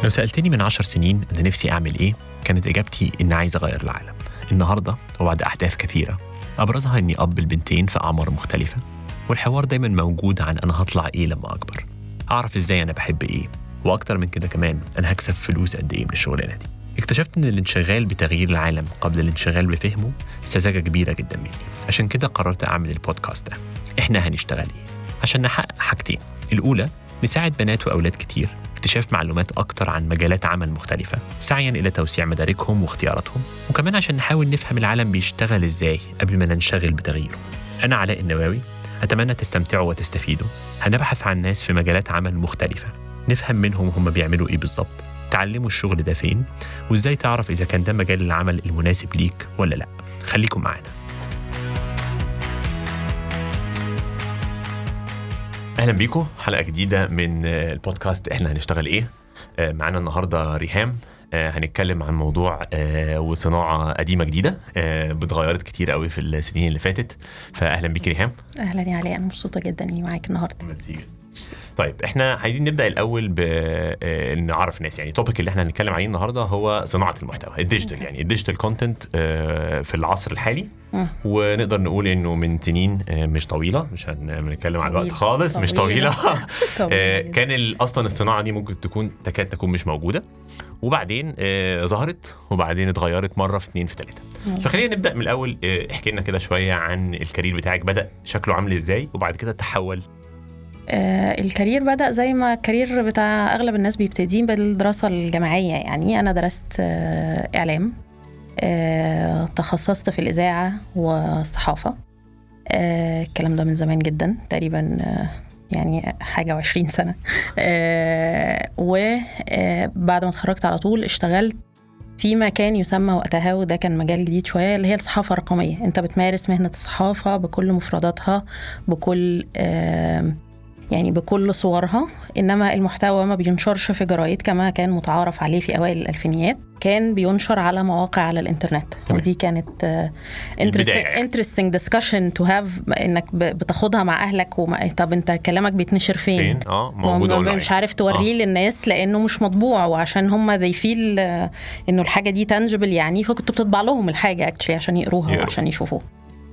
لو سألتني من 10 سنين أنا نفسي أعمل إيه، كانت إجابتي إن عايز أغير العالم. النهاردة وبعد أحداث كثيرة أبرزها إني أب البنتين في أعمار مختلفة، والحوار دايما موجود عن أنا هطلع إيه لما أكبر، أعرف إزاي أنا بحب إيه، وأكتر من كده كمان أنا هكسب فلوس قد إيه من الشغلانة دي. اكتشفت إن الانشغال بتغيير العالم قبل الانشغال بفهمه سذاجة كبيرة جدا مني. عشان كده قررت أعمل البودكاست ده. إحنا هنشتغل إيه؟ عشان نحقق حاجتين. الأولى، نساعد بنات وأولاد كتير اكتشاف معلومات أكتر عن مجالات عمل مختلفة سعياً إلى توسيع مداركهم واختياراتهم، وكمان عشان نحاول نفهم العالم بيشتغل إزاي قبل ما ننشغل بتغييره. أنا علاء النواوي، أتمنى تستمتعوا وتستفيدوا. هنبحث عن ناس في مجالات عمل مختلفة، نفهم منهم هم بيعملوا إيه بالظبط، تعلموا الشغل ده فين، وإزاي تعرف إذا كان ده مجال العمل المناسب ليك ولا لأ. خليكم معنا. أهلا بيكم حلقة جديدة من البودكاست إحنا هنشتغل إيه. معنا النهاردة ريهام. هنتكلم عن موضوع وصناعة قديمة جديدة بتغيرت كتير قوي في السنين اللي فاتت. فأهلا بيك ريهام. أهلا يا علي، أنا مبسوطة جدا إني معاك النهاردة. طيب احنا عايزين نبدأ الأول بنعرف ناس، يعني التوبيك اللي احنا هنتكلم عليه النهاردة هو صناعة المحتوى الديجيتال، يعني الديجيتال كونتنت في العصر الحالي. ونقدر نقول انه من سنين مش طويلة، مش هنتكلم على الوقت خالص، مش طويلة. كان اصلا الصناعة دي ممكن تكاد تكون مش موجودة، وبعدين ظهرت، وبعدين اتغيرت مرة في 2 في 3. فخلينا نبدأ من الأول. احكي لنا كده شوية عن الكارير بتاعك، بدأ شكله عامل ازاي، وبعد كده تحول. الكارير بدأ زي ما الكارير بتاع أغلب الناس بيبتدين بالدراسة الجامعية. يعني أنا درست إعلام، تخصصت في الإذاعة والصحافة. الكلام ده من زمان جدا، تقريبا يعني حاجة 20 سنة. وبعد ما اتخرجت على طول اشتغلت في مكان يسمى وقتها، وده كان مجال جديد شوية، اللي هي الصحافة الرقمية. انت بتمارس مهنة الصحافة بكل مفرداتها، بكل يعني بكل صورها، إنما المحتوى ما بينشرش في جرايد كما كان متعارف عليه في أوائل الألفينيات، كان بينشر على مواقع على الإنترنت. ودي كانت interesting discussion to have، إنك بتاخدها مع أهلك. طب أنت كلامك بيتنشر فين؟ موجود مش عارف توريه للناس لأنه مش مطبوع، وعشان هم they feel إنه الحاجة دي tangible، يعني فكنت بتطبع لهم الحاجة actually عشان يقروها وعشان يشوفوها.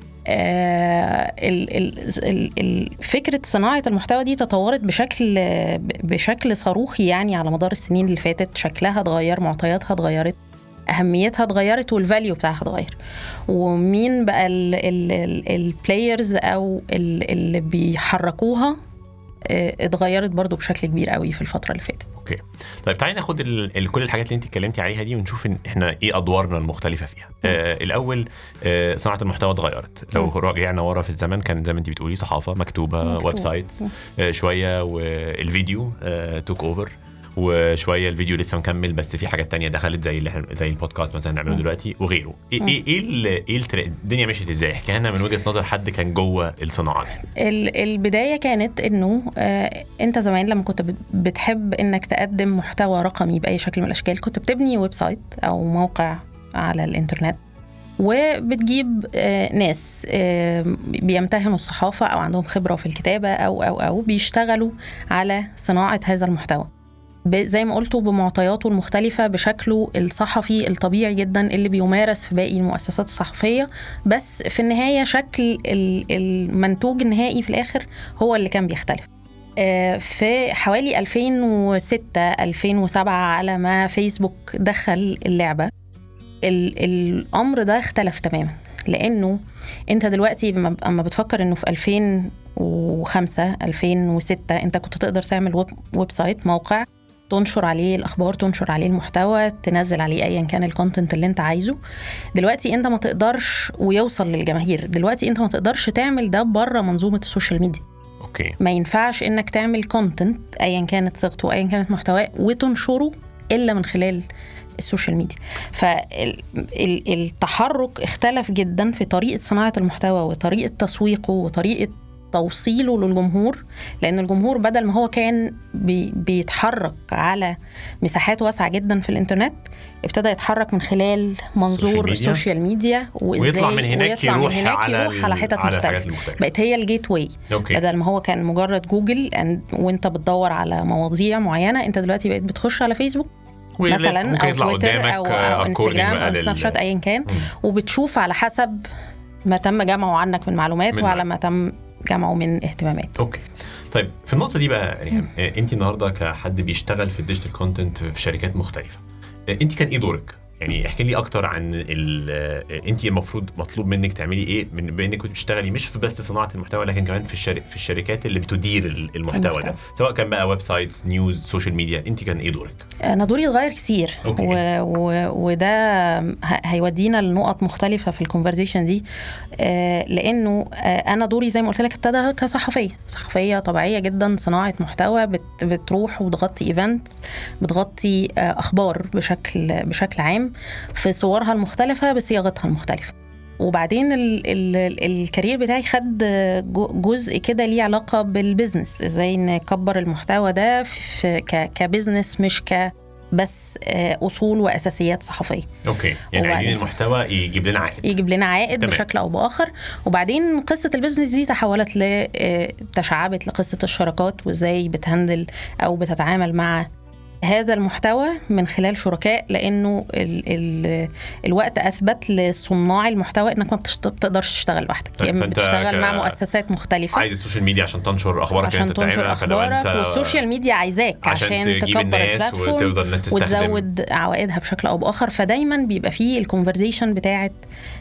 فكرة صناعة المحتوى دي تطورت بشكل صاروخي يعني على مدار السنين اللي فاتت. شكلها اتغير، معطياتها اتغيرت، أهميتها اتغيرت، والفاليو بتاعها اتغير، ومين بقى البلايرز أو اللي بيحركوها اتغيرت برضو بشكل كبير قوي في الفترة اللي فاتت. اوكي، طيب تعالي ناخد كل الحاجات اللي انت اتكلمتي عليها دي ونشوف احنا ايه ادوارنا المختلفة فيها. الاول صناعة المحتوى اتغيرت. لو رجعنا ورا في الزمن كان زي ما انت بتقولي صحافة مكتوبة. ويب سايت شوية، والفيديو توك اوفر، وشويه الفيديو لسه مكمل، بس في حاجات تانية دخلت زي البودكاست مثلا نعمله دلوقتي وغيره. ايه الدنيا مشيت ازاي؟ احكي لنا من وجهة نظر حد كان جوه الصناعه دي. البدايه كانت انه انت زمان لما كنت بتحب انك تقدم محتوى رقمي باي شكل من الاشكال، كنت بتبني ويب سايت او موقع على الانترنت، وبتجيب ناس بيمتهنوا الصحافه او عندهم خبره في الكتابه او بيشتغلوا على صناعه هذا المحتوى، زي ما قلتوا بمعطياته المختلفة، بشكله الصحفي الطبيعي جدا اللي بيمارس في باقي المؤسسات الصحفية، بس في النهاية شكل المنتوج النهائي في الآخر هو اللي كان بيختلف. في حوالي 2006-2007 على ما فيسبوك دخل اللعبة، الأمر ده اختلف تماما، لأنه أنت دلوقتي أما بتفكر أنه في 2005-2006 أنت كنت تقدر تعمل ويب سايت، موقع، تنشر عليه الأخبار، تنشر عليه المحتوى، تنزل عليه أيا كان الكونتنت اللي انت عايزه. دلوقتي انت ما تقدرش، ويوصل للجماهير، دلوقتي انت ما تقدرش تعمل ده بره منظومة السوشيال ميديا. أوكي. ما ينفعش انك تعمل كونتنت أيا كانت صيغته أيا كانت محتواه وتنشره إلا من خلال السوشيال ميديا. فالتحرك اختلف جدا في طريقة صناعة المحتوى وطريقة تسويقه وطريقة توصيله للجمهور، لأن الجمهور بدل ما هو كان بيتحرك على مساحات واسعة جدا في الإنترنت، ابتدى يتحرك من خلال منظور السوشيال ميديا، ويطلع من هناك يروح على حتت مختلفة. بقت هي الجيت واي. بدل ما هو كان مجرد جوجل وانت بتدور على مواضيع معينة، انت دلوقتي بقيت بتخش على فيسبوك مثلا او تويتر او انستجرام او سناب شات ايا كان، وبتشوف على حسب ما تم جمعه عنك من معلومات وعلى ما تم جمعه من اهتمامات. اوكي طيب في النقطه دي بقى ريهام، انت النهارده كحد بيشتغل في الديجيتال كونتنت في شركات مختلفه، انت كان ايه دورك؟ يعني احكي لي اكتر عن انت المفروض مطلوب منك تعملي ايه بانك كنت بتشتغلي مش في بس صناعه المحتوى لكن كمان في الشركات اللي بتدير المحتوى ده، سواء كان بقى ويب سايتس، نيوز، سوشيال ميديا، انت كان ايه دورك؟ انا دوري اتغير كتير وده هيودينا لنقط مختلفه في الكونفرزيشن دي، لانه انا دوري زي ما قلت لك ابتدى كصحفيه طبيعيه جدا، صناعه محتوى بتروح وتغطي ايفنتس، بتغطي اخبار بشكل عام في صورها المختلفة بصياغتها المختلفة. وبعدين الكارير بتاعي خد جزء كده ليه علاقة بالبزنس، ازاي نكبر المحتوى ده كبزنس مش بس أصول وأساسيات صحفية. أوكي، يعني عايزين المحتوى يجيب لنا عائد بشكل أو بآخر. وبعدين قصة البزنس دي تشعبت لقصة الشراكات، وازاي بتهندل أو بتتعامل مع هذا المحتوى من خلال شركاء، لأنه الوقت أثبت لصناع المحتوى إنك ما بتقدرش تشتغل لوحدك، يعني بتشتغل مع مؤسسات مختلفة. عايز السوشيال ميديا عشان تنشر أخبارك، عشان تنشر أخبارك، والسوشيال ميديا عايزاك عشان تكبر البلاتفورم وتزود عوائدها بشكل أو بآخر. فدايما بيبقى فيه الكونفرزيشن بتاعت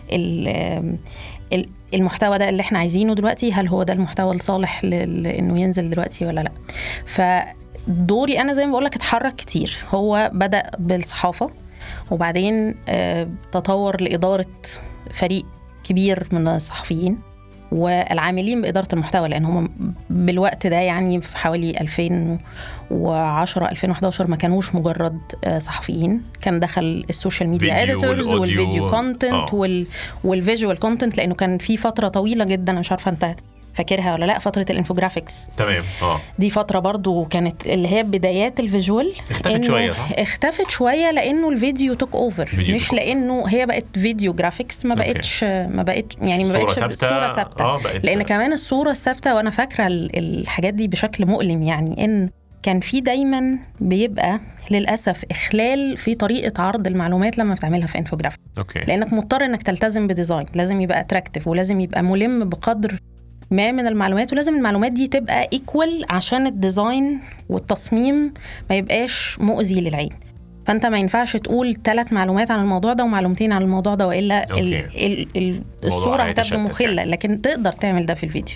المحتوى ده اللي احنا عايزينه دلوقتي، هل هو ده المحتوى الصالح إنه ينزل دلوقتي ولا لا. دوري أنا زي ما بقولك اتحرك كتير، هو بدأ بالصحافة وبعدين تطور لإدارة فريق كبير من الصحفيين والعاملين بإدارة المحتوى، لأن هم بالوقت ده يعني في حوالي 2010-2011 ما كانوش مجرد صحفيين، كان دخل السوشيال ميديا اديتورز والفيديو كونتنت والفيجوال كونتنت، لأنه كان في فترة طويلة جدا، مش عارفة أنت فاكرها ولا لا، فترة الانفوجرافيكس. تمام. دي فترة برضو كانت اللي هي بدايات الفيجوال. اختفت شوية صح؟ اختفت شوية لأنه الفيديو توك اوفر، مش لأنه هي بقت فيديو جرافيكس، ما بقتش يعني ما بقتش الصورة ثابتة. لأن كمان الصورة ثابتة، وأنا فاكرة الحاجات دي بشكل مؤلم، يعني إن كان في دايما بيبقى للأسف إخلال في طريقة عرض المعلومات لما بتعملها في انفوجرافيك. لأنك مضطر إنك تلتزم بديزاين، لازم يبقى اتراكتيف ولازم يبقى ملم بقدر ما من المعلومات، ولازم المعلومات دي تبقى ايكوال عشان الديزاين والتصميم ما يبقاش مؤذي للعين. فانت ما ينفعش تقول 3 معلومات عن الموضوع ده ومعلومتين عن الموضوع ده، والا الصوره هتبقى مخله، لكن تقدر تعمل ده في الفيديو.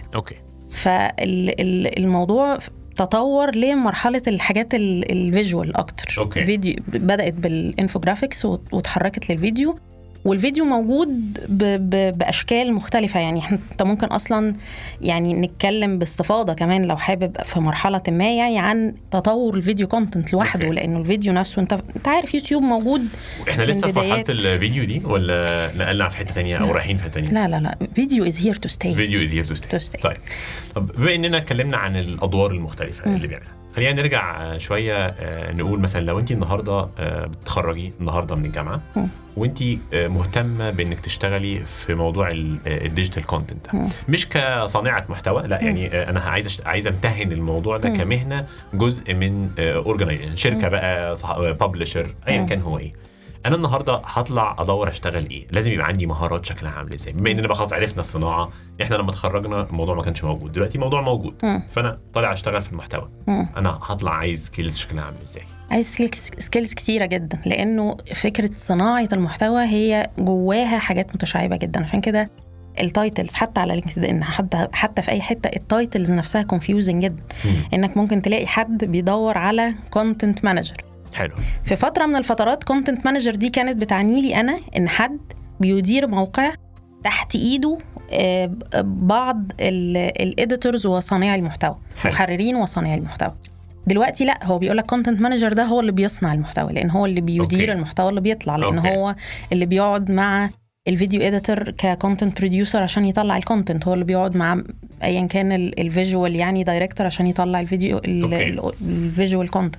فالموضوع تطور لمرحله الحاجات الفيجوال اكتر. فيديو بدات بالانفوجرافيكس وتحركت للفيديو، والفيديو موجود بأشكال مختلفة. يعني انت ممكن أصلا يعني نتكلم باستفاضة كمان لو حابب في مرحلة ما يعني عن تطور الفيديو كونتنت لوحده. لأنه الفيديو نفسه انت عارف يوتيوب موجود. احنا لسه في مرحلة الفيديو دي ولا نقلنا في حتة تانية أو رايحين في حتة تانية؟ لا فيديو is here to stay. طب بما اننا اتكلمنا عن الأدوار المختلفة اللي بيعملها، خلينا نرجع شوية نقول مثلا لو انتي النهاردة بتخرجي النهاردة من الجامعة وانتي مهتمة بانك تشتغلي في موضوع الديجيتال كونتنت، مش كصانعة محتوى، لا يعني انا عايز امتهن الموضوع ده كمهنة، جزء من اورجانيزيشن، شركة بقى، بابلشر، ايا كان هو ايه. انا النهارده هطلع ادور اشتغل ايه، لازم يبقى عندي مهارات شكلها عامل ازاي. بما اننا خلاص عرفنا الصناعه، احنا لما اتخرجنا الموضوع ما كانش موجود، دلوقتي الموضوع موجود. فانا طالع اشتغل في المحتوى، انا هطلع عايز سكيلز شكلها عامل ازاي؟ عايز سكيلز كتيره جدا، لانه فكره صناعه المحتوى هي جواها حاجات متشعبه جدا. عشان كده التايتلز حتى على لينكدين، حتى في اي حته التايتلز نفسها كونفيوزنج جدا. انك ممكن تلاقي حد بيدور على كونتنت مانجر. حلو. في فترة من الفترات كونتنت مانجر دي كانت بتعني لي أنا إن حد بيدير موقع تحت إيده بعض الإديتورز وصانعي المحتوى، محررين وصانعي المحتوى. دلوقتي لا، هو بيقولك كونتنت مانجر ده هو اللي بيصنع المحتوى، لأن هو اللي بيدير المحتوى اللي بيطلع، لأن هو اللي بيقعد مع الفيديو إديتور ككونتنت بروديوسر عشان يطلع الكونتنت، هو اللي بيقعد مع أيا كان الفيجوال يعني دايركتور عشان يطلع الفيديو الفيجوال كونتنت.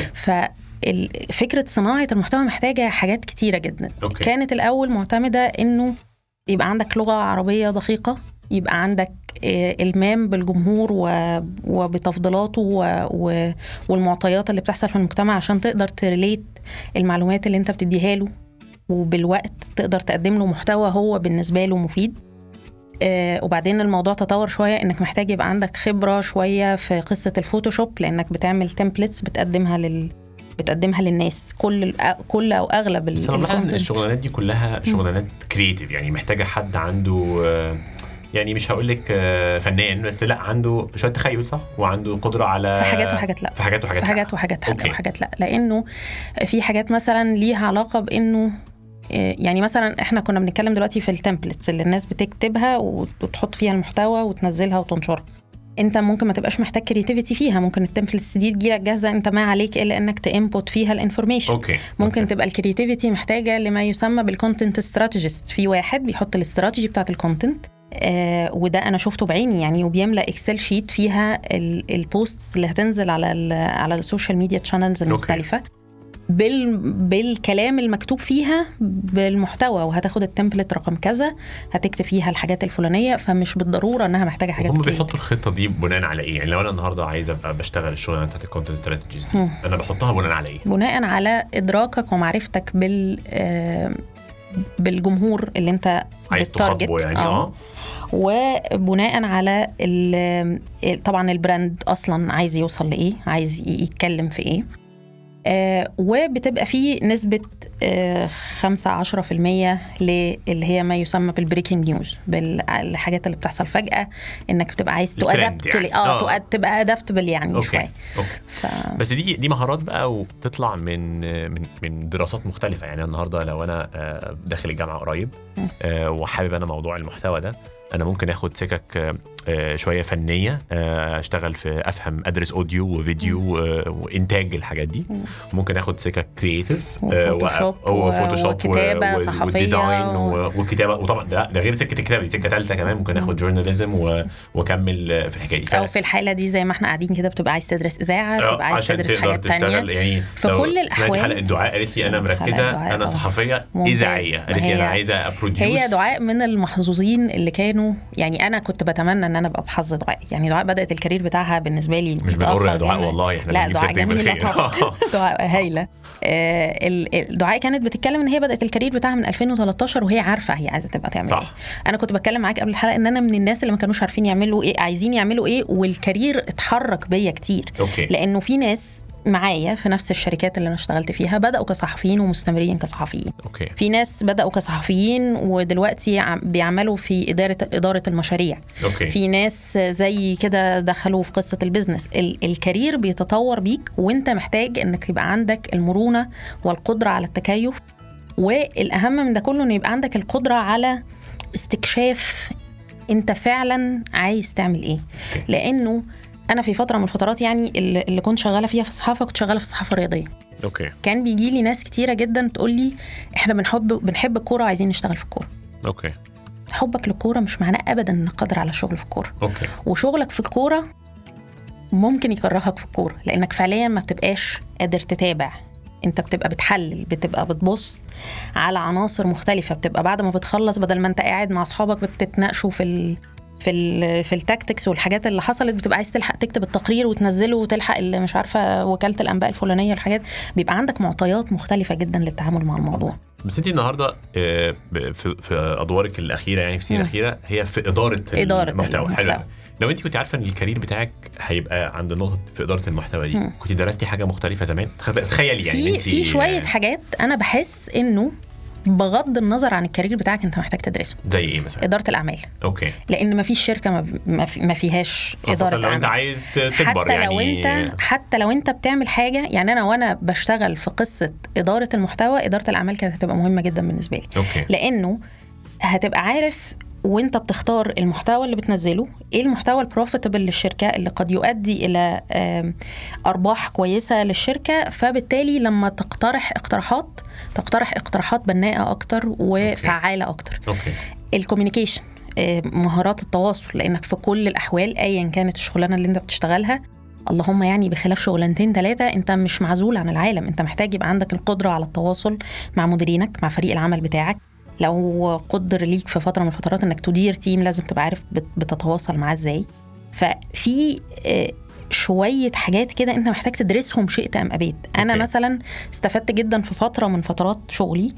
فكرة صناعة المحتوى محتاجة حاجات كتيرة جدا. كانت الأول معتمدة إنه يبقى عندك لغة عربية دقيقة، يبقى عندك إلمام بالجمهور وبتفضيلاته والمعطيات اللي بتحصل في المجتمع عشان تقدر تريليت المعلومات اللي انت بتديها له، وبالوقت تقدر تقدم له محتوى هو بالنسبة له مفيد. وبعدين الموضوع تطور شوية انك محتاج يبقى عندك خبرة شوية في قصة الفوتوشوب، لانك بتعمل تمبلتس بتقدمها للناس كل او اغلب. بس انا ملاحظ ان الشغلانات دي كلها شغلانات كرييتيف، يعني محتاجة حد عنده يعني مش هقول لك فنان، بس لا عنده شويه تخيل، صح، وعنده قدره على في حاجات وحاجات لا، في حاجات وحاجات لا، لانه في حاجات مثلا ليها علاقه بانه يعني مثلا احنا كنا بنتكلم دلوقتي في التمبلتس اللي الناس بتكتبها وتحط فيها المحتوى وتنزلها وتنشرها. انت ممكن ما تبقاش محتاج كرياتيفيتي فيها، ممكن التمبلتس دي تجيلك جاهزه، انت ما عليك الا انك تانبوت فيها الانفورميشن. ممكن تبقى الكرياتيفيتي محتاجه لما يسمى بالكونتنت استراتيجيست، في واحد بيحط الاستراتيجي بتاعت الكونتنت، وده انا شفته بعيني يعني، وبيملأ اكسل شيت فيها البوستس اللي هتنزل على السوشيال ميديا تشانلز المختلفه بالكلام المكتوب فيها بالمحتوى، وهتاخد التمبلت رقم كذا هتكتب فيها الحاجات الفلانيه، فمش بالضروره انها محتاجه حاجات كتير. هم بيحطوا الخطه دي بناء على ايه؟ يعني لو انا النهارده عايز ابقى بشتغل الشغلانه بتاعت الكونتنت ستراتيجيز دي، انا بحطها بناء على ايه؟ بناء على ادراكك ومعرفتك بالجمهور اللي انت عايز تخاطبه يعني. وبناء على طبعا البراند اصلا عايز يوصل لايه، عايز يتكلم في ايه، وبتبقى فيه نسبة 5-10% اللي هي ما يسمى بالبريكنج نيوز، بالحاجات اللي بتحصل فجأة، انك بتبقى عايز تؤدبت يعني. تبقى أدابتبل يعني شوية. بس دي مهارات بقى، وبتطلع من دراسات مختلفة. يعني النهاردة لو أنا داخل الجامعة قريب وحابب أنا موضوع المحتوى ده، أنا ممكن أخد سكك شوية فنية، أشتغل في أفهم أدرس أوديو وفيديو وإنتاج الحاجات دي. ممكن أخد سكك كرياتيف وفوتوشوب وكتابة صحفية وديزاين وكتابة، وطبعا ده غير سكة الكتابة، دي سكة ثالثة كمان. ممكن أخد جورناليزم وأكمل في الحكاية دي. أو في الحالة دي زي ما احنا قاعدين كده بتبقى عايز تدرس إذاعة، بتبقى عايز تدرس حاجات تانية. يعني في كل الأحوال حلقة دعاء قالت لي أنا مركزة، أنا صحفية إذاعية، قالت لي أنا عايزة أبروديوس. هي دعاء من المحظوظين اللي كانوا، يعني أنا كنت بتمنى ان انا ابقى بحظ دعاء. يعني دعاء بدات الكارير بتاعها بالنسبه لي مش بنقول يا دعاء والله احنا لا دعاء جميله طبعا. دعاء هايله. دعاء كانت بتتكلم ان هي بدات الكارير بتاعها من 2013 وهي عارفه هي عايزه تبقى تعمل ايه. انا كنت بتكلم معاك قبل الحلقه ان انا من الناس اللي ما كانوش عارفين يعملوا ايه، عايزين يعملوا ايه، والكارير اتحرك بيا كتير. لانه في ناس معايا في نفس الشركات اللي انا اشتغلت فيها بدأوا كصحفيين ومستمرين كصحفيين. في ناس بدأوا كصحفيين ودلوقتي بيعملوا في إدارة المشاريع. في ناس زي كده دخلوا في قصة البيزنس. الكارير بيتطور بيك، وانت محتاج انك يبقى عندك المرونة والقدرة على التكيف، والأهم من ده كله انه يبقى عندك القدرة على استكشاف انت فعلا عايز تعمل ايه. لأنه أنا في فترة من الفترات يعني اللي كنت شغالة فيها في الصحافة، كنت شغالة في الصحافة الرياضية. كان بيجي لي ناس كتيرة جدا تقول لي إحنا بنحب الكورة وعايزين نشتغل في الكورة. حبك للكورة مش معناه أبدا إنك قادر على الشغل في الكورة. وشغلك في الكورة ممكن يكرهك في الكورة، لأنك فعليا ما بتبقاش قادر تتابع. انت بتبقى بتحلل، بتبقى بتبص على عناصر مختلفة، بتبقى بعد ما بتخلص بدل ما انت قاعد مع أصحابك بتتناقشوا في التاكتكس والحاجات اللي حصلت، بتبقى عايز تلحق تكتب التقرير وتنزله وتلحق اللي مش عارفه وكاله الانباء الفلانيه والحاجات. بيبقى عندك معطيات مختلفه جدا للتعامل مع الموضوع. بس انت النهارده في ادوارك الاخيره، يعني في السنين الاخيره، هي في اداره المحتوى. حلو. لو انت كنت عارفه ان الكارير بتاعك هيبقى عند نقطه في اداره المحتوى دي، كنت درستي حاجه مختلفه زمان؟ تخيلي يعني انت في شويه حاجات انا بحس انه بغض النظر عن الكارير بتاعك انت محتاج تدرسه. زي ايه مثلا؟ اداره الاعمال. لان ما فيش شركه ما فيهاش اداره اعمال. لو انت عايز تكبر حتى لو انت بتعمل حاجه، يعني انا وانا بشتغل في قصه اداره المحتوى، اداره الاعمال كانت هتبقى مهمه جدا بالنسبه لي. لانه هتبقى عارف وانت بتختار المحتوى اللي بتنزله ايه المحتوى البروفيتبل للشركه اللي قد يؤدي الى ارباح كويسه للشركه، فبالتالي لما تقترح اقتراحات بناءه اكتر وفعاله اكتر. الكوميونيكيشن، مهارات التواصل، لانك في كل الاحوال ايا كانت الشغلانه اللي انت بتشتغلها، اللهم يعني بخلاف شغلانتين 3 انت مش معزول عن العالم، انت محتاج يبقى عندك القدره على التواصل مع مديرينك، مع فريق العمل بتاعك. لو قدر ليك في فترة من الفترات انك تدير تيم، لازم تبقى عارف بتتواصل معاه ازاي. ففي شوية حاجات كده انت محتاج تدرسهم شئت ام ابيت. انا مثلا استفدت جدا في فترة من فترات شغلي،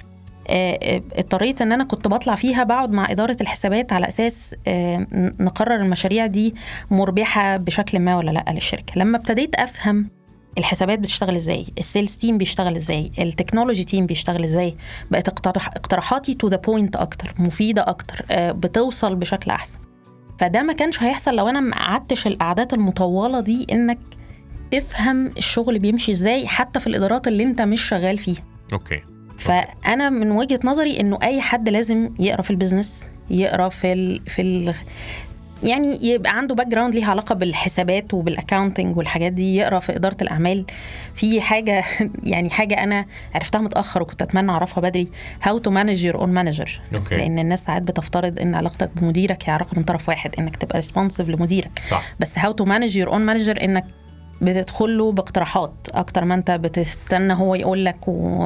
اضطريت ان انا كنت بطلع فيها بقعد مع إدارة الحسابات على اساس نقرر المشاريع دي مربحة بشكل ما ولا لا للشركة. لما ابتديت افهم الحسابات بتشتغل ازاي، السيلز تيم بيشتغل ازاي، التكنولوجي تيم بيشتغل ازاي، بقت اقتراحاتي تو ذا بوينت اكتر، مفيدة اكتر، بتوصل بشكل احسن. فده ما كانش هيحصل لو انا ما قعدتش القعدات المطولة دي انك تفهم الشغل بيمشي ازاي حتى في الادارات اللي انت مش شغال فيها. اوكي. فانا من وجهة نظري انه اي حد لازم يقرا في البيزنس، يقرا في يعني يبقى عنده باك جراوند ليها علاقه بالحسابات وبالاكاونتنج والحاجات دي، يقرا في اداره الاعمال. في حاجه يعني حاجه انا عرفتها متاخر وكنت اتمنى اعرفها بدري، هاو تو مانج يور اون مانجر. لان الناس ساعات بتفترض ان علاقتك بمديرك هي علاقه من طرف واحد، انك تبقى ريسبونسيف لمديرك، صح. بس هاو تو مانج يور اون مانجر انك بتدخل له باقتراحات اكتر ما انت بتستنى هو يقول لك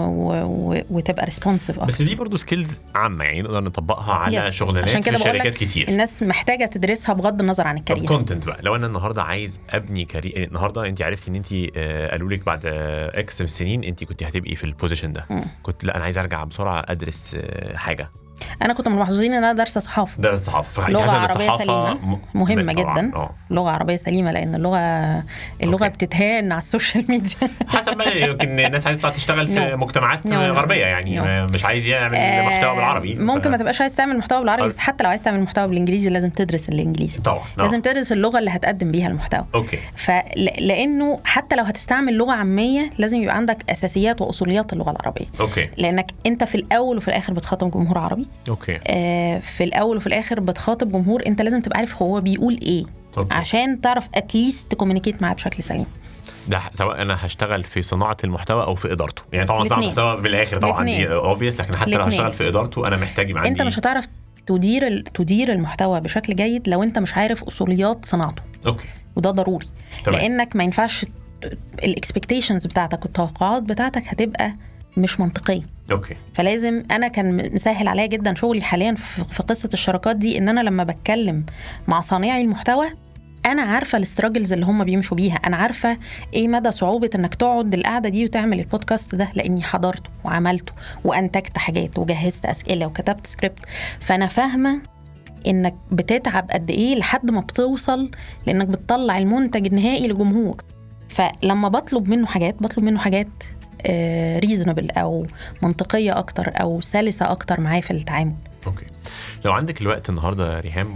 وتبقى ريسبونسيف اكتر. بس دي برضو سكيلز عامه يعني نقدر نطبقها على شغلانات في شركات كتير. الناس محتاجه تدرسها بغض النظر عن الكارير. كونتنت بقى، لو انا النهارده عايز ابني كارير، النهارده انت عرفتي ان انت قالوا لك بعد اكس سنين انت كنت هتبقي في البوزيشن ده، كنت لا انا عايز ارجع بسرعه ادرس حاجه. انا كنت من المحظوظين ان انا دارسه صحافه. لغه عربيه سليمه مهمه جدا. لغه عربيه سليمه، لان اللغه بتتهان على السوشيال ميديا. حسب ما يمكن الناس عايزه تشتغل في مجتمعات غربيه يعني مش عايز يعمل محتوى بالعربي. ممكن ما تبقاش عايز تعمل محتوى بالعربي، بس حتى لو عايز تعمل محتوى بالانجليزي لازم تدرس الانجليزي طبعا. لازم تدرس اللغه اللي هتقدم بيها المحتوى. اوكي. لانه حتى لو هتستعمل لغه عاميه لازم يبقى عندك اساسيات واصوليات اللغه العربيه. اوكي. لانك انت في الاول وفي الاخر بتخاطب جمهور عربي. اوكي. في الاول وفي الاخر بتخاطب جمهور انت لازم تبقى عارف هو بيقول ايه. أوكي. عشان تعرف اتليست تكومينيكيت معاه بشكل سليم. ده سواء انا هشتغل في صناعه المحتوى او في ادارته، يعني طبعا صناعه المحتوى بالاخر طبعا دي اوبفيس، لكن حتى لو هشتغل في ادارته انا محتاج يبقى عندي. انت مش هتعرف تدير المحتوى بشكل جيد لو انت مش عارف اصوليات صناعته. اوكي. وده ضروري. تمام. لانك ما ينفعش الاكسبكتيشنز بتاعتك والتوقعات بتاعتك هتبقى مش منطقيه. اوكي. فلازم انا كان مسهل عليا جدا شغلي حاليا في قصه الشراكات دي، ان انا لما بتكلم مع صانعي المحتوى انا عارفه الاستراجلز اللي هم بيمشوا بيها، انا عارفه ايه مدى صعوبه انك تقعد القعده دي وتعمل البودكاست ده، لاني حضرته وعملته وانتجت حاجات وجهزت اسئله وكتبت سكريبت. فانا فاهمه انك بتتعب قد ايه لحد ما بتوصل لانك بتطلع المنتج النهائي للجمهور. فلما بطلب منه حاجات ريزونبل او منطقيه اكتر او سلسه اكتر معاه في التعامل. اوكي. لو عندك الوقت النهارده ريهام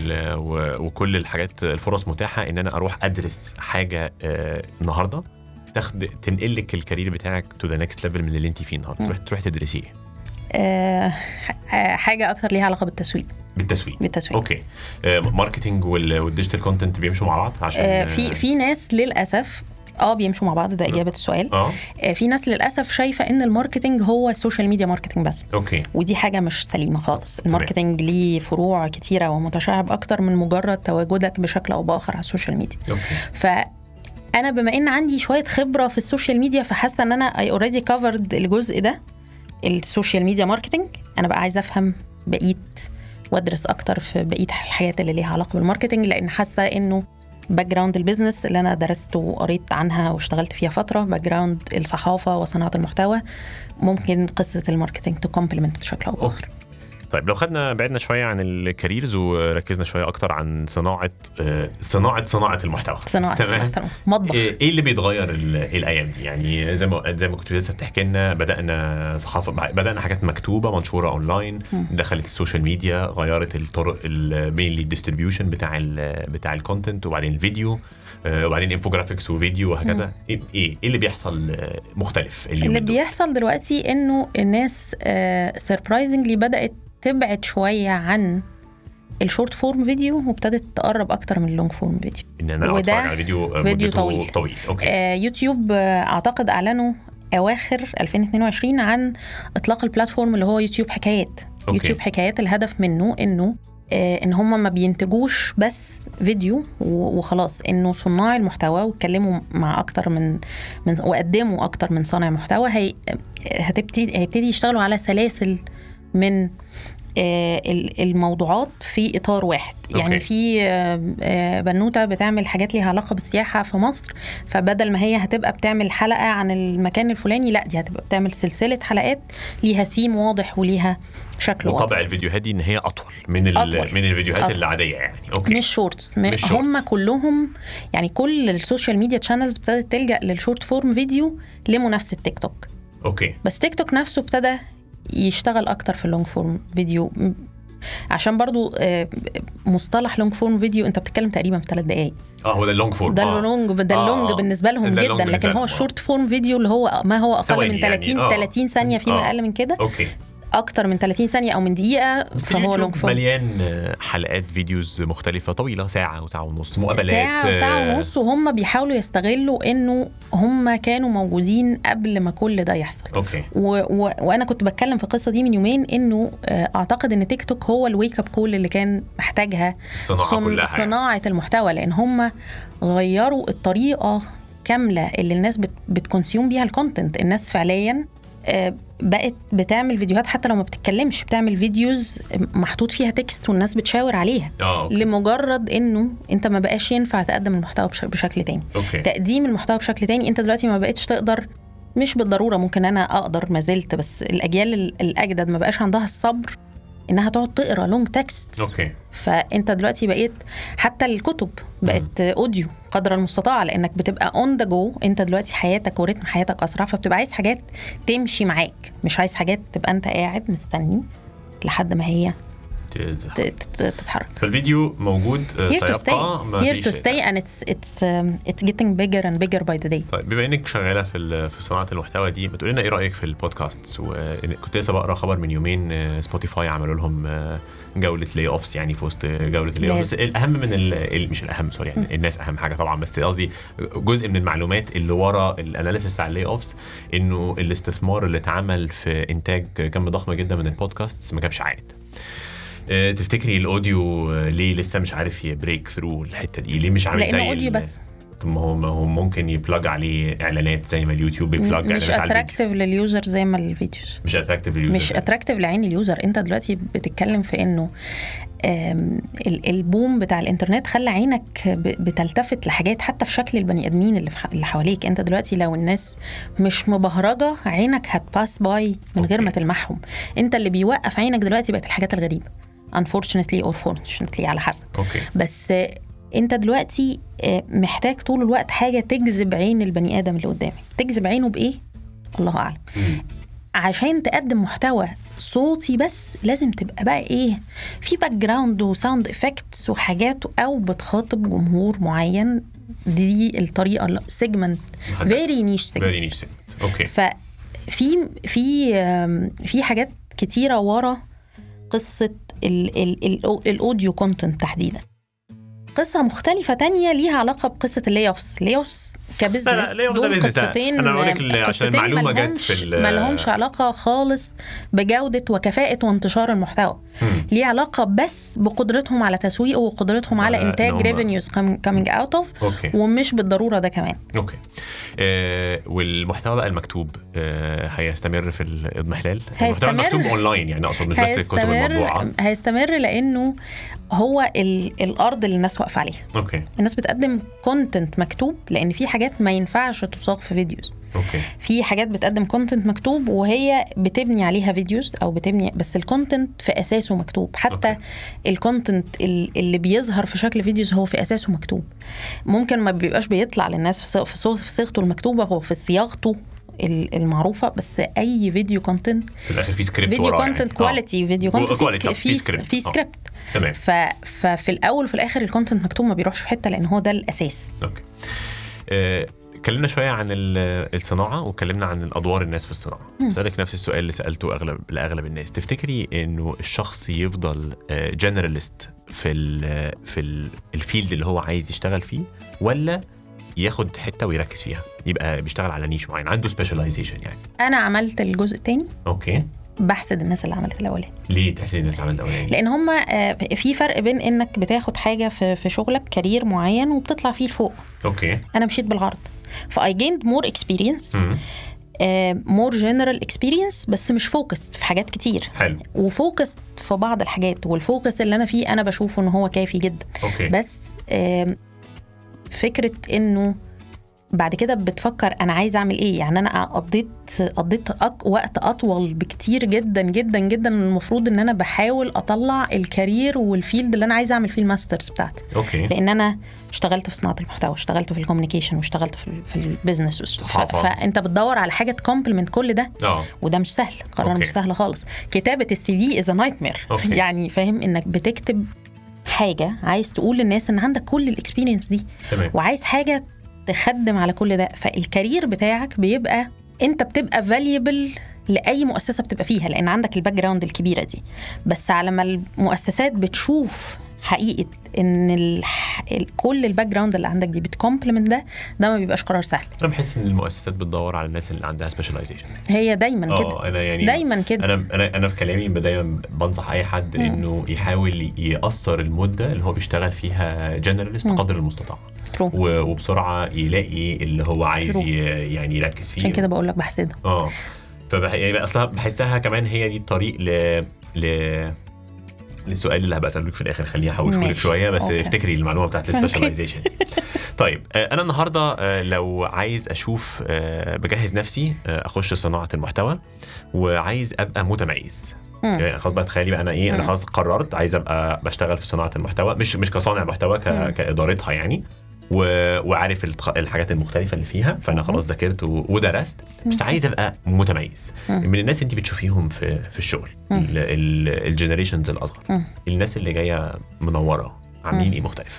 وكل الحاجات الفرص متاحه ان انا اروح ادرس حاجه النهارده تنقل لك الكارير بتاعك تو ذا نيكست ليفل من اللي انت فيه النهارده، تروح تدرسي ايه؟ حاجه اكتر ليها علاقه بالتسويق. اوكي. ماركتنج والديجيتال كونتنت بيمشوا مع بعض عشان في ناس للاسف بيمشوا مع بعض. ده إجابة السؤال. في ناس للأسف شايفة إن الماركتينج هو السوشيال ميديا ماركتينج بس. أوكي. ودي حاجة مش سليمة خالص. الماركتينج ليه فروع كتيرة ومتشعب أكتر من مجرد تواجدك بشكل أو بآخر على السوشيال ميديا. أوكي. فأنا بما إن عندي شوية خبرة في السوشيال ميديا فحاسة إن أنا I already covered الجزء ده السوشيال ميديا ماركتينج. أنا بقى عايزة أفهم بقيت وأدرس أكتر في بقية الحاجات اللي ليها علاقة بالماركتينج، لأن حاسة إنه باك جراوند البيزنس اللي انا درست وقريت عنها واشتغلت فيها فتره، باك جراوند الصحافه وصناعه المحتوى، ممكن قصه الماركتينج تو كومبلمنت بشكل او باخر. طيب لو بعدنا شويه عن الكاريرز وركزنا شويه اكتر عن صناعه المحتوى. مطبخ. ايه اللي بيتغير الايام دي؟ يعني زي ما كنت لسه بتحكي لنا، بدانا صحافه، بدانا حاجات مكتوبه منشوره اونلاين، دخلت السوشيال ميديا، غيرت الطرق المينلي ديستريبيوشن بتاع الكونتنت، وبعدين الفيديو، وبعدين انفوجرافيكس وفيديو وهكذا. ايه اللي بيحصل مختلف؟ اللي بيحصل دلوقتي انه الناس سربرايزنجلي بدات تبعد شويه عن الشورت فورم فيديو وابتدت تقرب اكتر من اللونج فورم فيديو. ان انا اتفرج على فيديو طويل. اوكي. يوتيوب اعتقد اعلنوا اواخر 2022 عن اطلاق البلاتفورم اللي هو يوتيوب حكايات. أوكي. يوتيوب حكايات الهدف منه انه ان هم ما بينتجوش بس فيديو وخلاص، انه صناع المحتوى واتكلموا مع اكتر من وقدموا اكتر من صانع محتوى هيبتدي يشتغلوا على سلاسل من الموضوعات في اطار واحد. يعني في بنوته بتعمل حاجات ليها علاقه بالسياحه في مصر، فبدل ما هي هتبقى بتعمل حلقه عن المكان الفلاني، لا دي هتبقى بتعمل سلسله حلقات ليها ثيم واضح وليها شكل واضح. وطبع الفيديوهات دي ان هي اطول من الفيديوهات العاديه يعني. اوكي، مش شورتس. هم كلهم يعني كل السوشيال ميديا تشانلز ابتدت تلجأ للشورت فورم فيديو لمنافسه تيك توك. اوكي، بس تيك توك نفسه ابتدى يشتغل اكتر في اللونج فورم فيديو، عشان برضو مصطلح لونج فورم فيديو انت بتتكلم تقريبا في 3 دقايق. هو ده اللونج فورم، ده اللونج بالنسبه لهم جدا، لكن هو الشورت فورم فيديو اللي هو ما هو اقل من 30 ثانيه، فيما اقل من كده. اوكي، اكتر من 30 ثانيه او من دقيقه، فهو لونج فورم. مليان حلقات فيديوز مختلفه طويله، ساعه وساعه ونص، مقابلات ساعه ونص، وهم بيحاولوا يستغلوا انه هم كانوا موجودين قبل ما كل ده يحصل. اوكي، وانا كنت بتكلم في القصه دي من يومين، انه اعتقد ان تيك توك هو الويك اب كول اللي كان محتاجها صناعه المحتوى، لان هم غيروا الطريقه كامله اللي الناس بتكونسيوم بيها الكونتنت. الناس فعليا بقت بتعمل فيديوهات حتى لو ما بتتكلمش، بتعمل فيديوز محطوط فيها تكست والناس بتشاور عليها لمجرد انه انت ما بقاش ينفع تقدم المحتوى بشكل تاني. تقديم المحتوى بشكل تاني، انت دلوقتي ما بقتش تقدر، مش بالضرورة، ممكن انا اقدر ما زلت، بس الاجيال الاجدد ما بقاش عندها الصبر انها تقعد تقرا لونج تكست. فانت دلوقتي بقيت حتى الكتب بقت اوديو قدر المستطاع، لانك بتبقى اون ذا جو. انت دلوقتي حياتك ورتم حياتك اسرع، فبتبقى عايز حاجات تمشي معاك، مش عايز حاجات تبقى انت قاعد مستني لحد ما هي تتحرك. فالفيديو موجود here to stay and it's getting bigger and bigger by the day. طيب، بما انك شغاله في صناعه المحتوى دي، ما تقولي لنا ايه رايك في البودكاست؟ وكنت لسه بقرا خبر من يومين، سبوتيفاي عملوا لهم جوله لي اوفس، يعني في وسط جوله لي اوفس. الاهم من مش الاهم، سوري، يعني الناس اهم حاجه طبعا، بس قصدي جزء من المعلومات اللي ورا الاناليسيس بتاع اللي اوفس، انه الاستثمار اللي اتعمل في انتاج كم ضخم جدا من البودكاست ما جابش عائد. تفتكري الاوديو ليه لسه مش عارف يبريك ثرو الحته دي؟ ليه مش عامل زي اوديو بس؟ طب ما هو ممكن يبلاج عليه اعلانات زي ما اليوتيوب بيبلاج اعلانات. مش اتراكتيف لليوزر زي ما الفيديوز. مش اتراكتيف لليوزر، مش اتراكتيف لعين اليوزر. انت دلوقتي بتتكلم في انه البوم بتاع الانترنت خلى عينك بتلتفت لحاجات حتى في شكل البني ادمين اللي حواليك. انت دلوقتي لو الناس مش مبهرجه، عينك هتباس باي من غير ما تلمحهم. انت اللي بيوقف عينك دلوقتي بقت الحاجات الغريبه، unfortunately or fortunately على حسب. بس انت دلوقتي محتاج طول الوقت حاجه تجذب عين البني ادم اللي قدامك. تجذب عينه بايه؟ الله اعلم. عشان تقدم محتوى صوتي بس لازم تبقى بقى ايه، في باك جراوند وساوند افكتس وحاجات، او بتخاطب جمهور معين. دي الطريقه، سيجمنت فيري نيش سيجمنت. اوكي، في حاجات كتيره ورا قصه الاوديو كونتنت تحديدا. قصة مختلفة تانية ليها علاقة بقصة الليوفس كبزنس. دول قصتين، أنا أقولك عشان المعلومة جت في ما لهمش علاقة خالص بجودة وكفاءة وانتشار المحتوى. ليه علاقة بس بقدرتهم على تسويقه وقدرتهم على إنتاج revenues coming out of. ومش بالضرورة ده كمان. أوكي. والمحتوى بقى المكتوب هيستمر في الإضمحلال؟ المحتوى المكتوب أونلاين يعني، أقصد مش بس الكتب المطبوعة. هيستمر لأنه هو الأرض اللي الناس واقفة عليها. الناس بتقدم كونتنت مكتوب، لأن في حاجات ما ينفعش تساق في فيديوز. في حاجات بتقدم كونتنت مكتوب وهي بتبني عليها فيديوز أو بتبني، بس الكونتنت في أساسه مكتوب. حتى الكونتنت اللي بيظهر في شكل فيديوز هو في أساسه مكتوب. ممكن ما بيبقاش بيطلع للناس في صيغته المكتوبة وفي صياغته المعروفة، بس أي فيديو كونتنت في الآخر في سكريبت، فيديو كونتنت كواليتي، فيديو كونتنت في سكريبت. تمام. ففي الأول وفي الآخر الكونتنت مكتوب، ما بيروحش في حتة، لأن هو ده الأساس. اتكلمنا شوية عن الصناعة واتكلمنا عن الأدوار الناس في الصناعة. سألك نفس السؤال اللي سألته لأغلب الناس. تفتكري إنه الشخص يفضل جنراليست في الفيلد اللي هو عايز يشتغل فيه، ولا ياخد حتة ويركز فيها، يبقى بيشتغل على نيش معين، عنده سبيشاليزيشن يعني؟ أنا عملت الجزء الثاني. أوكي. بحسد الناس اللي عملت الأولاني. ليه تحسد الناس اللي عملت الأولاني؟ لأن هم في فرق بين إنك بتاخد حاجة في شغلك كارير معين وبتطلع فيه لفوق. أوكي. أنا مشيت بالعرض، فاي جيند مور اكسبيرينس. more general experience بس مش فوكس في حاجات كتير. حلو. وفوكس في بعض الحاجات، والفوكس اللي أنا فيه أنا بشوفه إنه هو كافي جدا. أوكي. بس فكرة إنه بعد كده بتفكر أنا عايز أعمل إيه. يعني أنا قضيت وقت أطول بكتير جدا جدا جدا من المفروض إن أنا بحاول أطلع الكارير والفيلد اللي أنا عايز أعمل فيه الماسترز بتاعتي. أوكي. لأن أنا اشتغلت في صناعة المحتوى، اشتغلت في الكوميونيكيشن، واشتغلت في البيزنس، فأنت بتدور على حاجة تكومبلمنت كل ده. وده مش سهل، قرار مش سهل خالص. كتابة السي في is a nightmare. يعني فاهم إنك بتكتب حاجة عايز تقول للناس إن عندك كل الإكسبيرينس دي. وعايز حاجة تخدم على كل ده. فالكارير بتاعك بيبقى أنت بتبقى valuable لأي مؤسسة بتبقى فيها، لأن عندك الباك جراوند الكبيرة دي. بس على ما المؤسسات بتشوف حقيقة إن كل الباك جراوند اللي عندك دي بتكومبلمنت ده ما بيبقاش قرار سهل. أنا بحس إن المؤسسات بتدور على الناس اللي عندها سبيشاليزيشن. هي دايما كده. أنا يعني دايما كده. أنا في كلامي دايما بنصح أي حد إنه يحاول يقصر المدة اللي هو بيشتغل فيها جنراليست قدر المستطاع. وبسرعة يلاقي اللي هو عايز يعني يركز فيه. عشان كده بقول لك بحسدها. يعني أصلا بحسها كمان هي دي الطريق للسؤال اللي هبقى أسألك في الآخر. خليني أحوشه لك شوية بس. افتكري المعلومة بتاعت السبيشاليزيشن. طيب أنا النهاردة لو عايز أشوف بجهز نفسي أخش صناعة المحتوى وعايز أبقى متميز. يعني خلاص بقى تخيلي بقى أنا أنا خلاص قررت عايز أبقى بشتغل في صناعة المحتوى، مش كصانع محتوى كإدارتها يعني. وعارف الحاجات المختلفة اللي فيها. فأنا خلاص ذاكرت ودرست، بس عايز أبقى متميز. من الناس انتي بتشوفيهم في الشغل، الجنريشنز الأصغر، الناس اللي جاية منورة عاملين إيه مختلف؟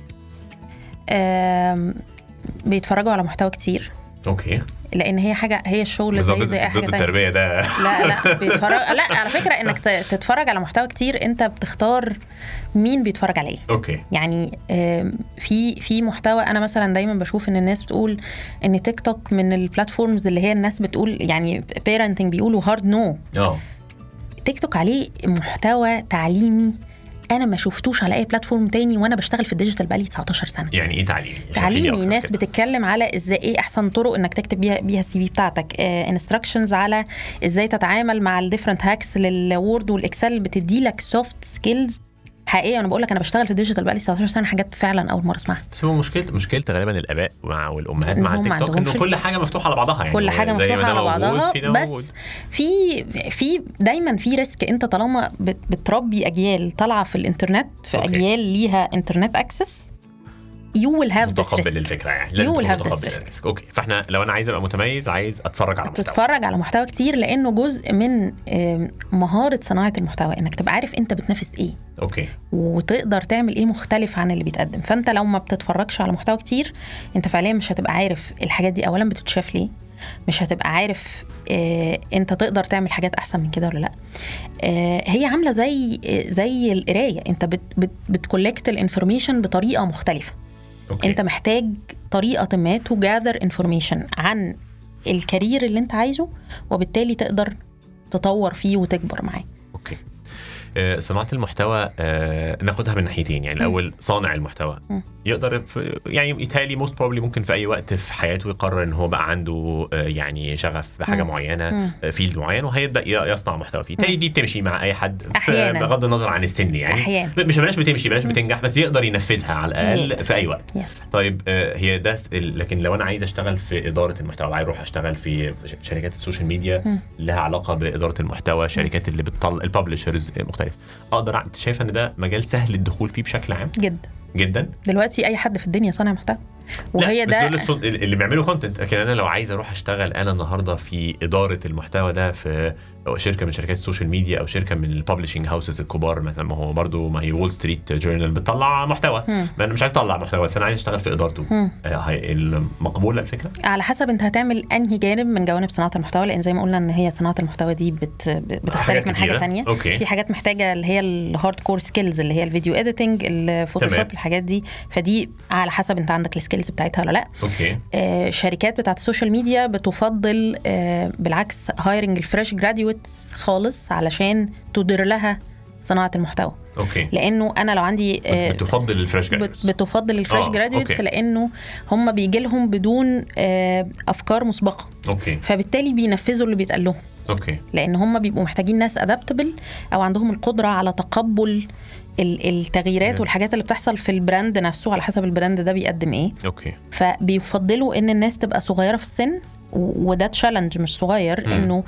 بيتفرجوا على محتوى كتير. أوكي. لأن هي الشغل زي أي حاجة تانية. التربية ده لا بيتفرج. لا على فكرة إنك تتفرج على محتوى كتير أنت بتختار مين بيتفرج عليه. أوكي. يعني في محتوى أنا مثلا دايما بشوف إن الناس بتقول إن تيك توك من البلاتفورمز اللي هي الناس بتقول يعني parenting بيقولوا hard no. تيك توك عليه محتوى تعليمي انا ما شفتوش على اي بلاتفورم تاني وانا بشتغل في الديجيتال بقالي 19 سنه. يعني ايه تعليمي ناس بتتكلم على ازاي ايه احسن طرق انك تكتب بيها السي في بتاعتك، انستراكشنز على ازاي تتعامل مع الديفرنت هاكس للوورد والاكسل، بتدي لك سوفت سكيلز حقيقيه. انا بقول لك انا بشتغل في الديجيتال بقالي 19 سنه، حاجات فعلا اول مره اسمعها. بس هو مشكله غالبا الاباء والامهات مع التيك توك انه كل حاجه مفتوحه على بعضها. يعني كل حاجه مفتوحه على بعضها. بس في دايما في ريسك. انت طالما بتربي اجيال طالعه في الانترنت، في اجيال ليها انترنت اكسس، you will have this risk. متقبل الفكره يعني لازم تتقبل الريسك. اوكي. فاحنا لو انا عايز ابقى متميز عايز اتفرج على محتوى كتير، لانه جزء من مهاره صناعه المحتوى انك تبقى عارف انت بتنافس ايه. اوكي. وتقدر تعمل ايه مختلف عن اللي بيتقدم. فانت لو ما بتتفرجش على محتوى كتير انت فعليا مش هتبقى عارف الحاجات دي اولا بتتشاف ليه، مش هتبقى عارف انت تقدر تعمل حاجات احسن من كده ولا لا. هي عامله زي القرايه. انت بتكولكت الانفورميشن بطريقه مختلفه. أوكي. انت محتاج طريقه ما تو جاذر انفورميشن عن الكارير اللي انت عايزه، وبالتالي تقدر تطور فيه وتكبر معاه. اوكي. صناعة المحتوى ناخدها من ناحيتين. يعني الأول صانع المحتوى يقدر يعني يتهيألي most probably ممكن في أي وقت في حياته يقرر إن هو بقى عنده يعني شغف بحاجة معينة، فيلد معين، وهيبدأ يصنع محتوى فيه. دي بتمشي مع أي حد بغض النظر عن السن. يعني أحيانا. مش بلاش بتنجح، بس يقدر ينفذها على الأقل في أي وقت. طيب هي ده. لكن لو أنا عايز أشتغل في إدارة المحتوى، عايز أروح أشتغل في شركات السوشيال ميديا لها علاقة بإدارة المحتوى، شركات اللي بتطلع الببلشرز مختلف، أقدر شايفة إن ده مجال سهل الدخول فيه بشكل عام جدا. دلوقتي أي حد في الدنيا صانع محتوى، وهي ده بس دول اللي بيعملوا كونتنت. لكن أنا لو عايز أروح أشتغل أنا النهاردة في إدارة المحتوى ده في شركة من شركات السوشيال ميديا أو شركة من الببلشنج هاوسز الكبار مثلا، ما هو برضو ما هي وول ستريت جورنال بتطلع محتوى، ما أنا مش عايز أطلع محتوى بس أنا عايز أشتغل في إدارته. المقبولة الفكرة على حسب أنت هتعمل أنهي جانب من جوانب صناعة المحتوى، لأن زي ما قلنا إن هي صناعة المحتوى دي بتختلف من حاجة تانية. في حاجات محتاجة اللي هي الهارد كور سكيلز اللي هي الفيديو إيديتنج، الفوتوشوب، الحاجات دي. فدي على حسب أنت عندك السكيلز بتاعتها ولا لا. شركات بتاعت السوشيال ميديا بتفضل بالعكس هايرنج الفريش جراديويتس خالص علشان تدير لها صناعه المحتوى. اوكي. لانه انا لو عندي بتفضل الفريش جراديوتس. بتفضل الفريش جراديوتس لانه هم بيجي لهم بدون افكار مسبقه. اوكي. فبالتالي بينفذوا اللي بيتقال لهم. اوكي. لان هم بيبقوا محتاجين ناس ادابتبل او عندهم القدره على تقبل التغييرات والحاجات اللي بتحصل في البراند نفسه على حسب البراند ده بيقدم ايه. اوكي. فبيفضلوا ان الناس تبقى صغيره في السن، وده تشالنج مش صغير. انه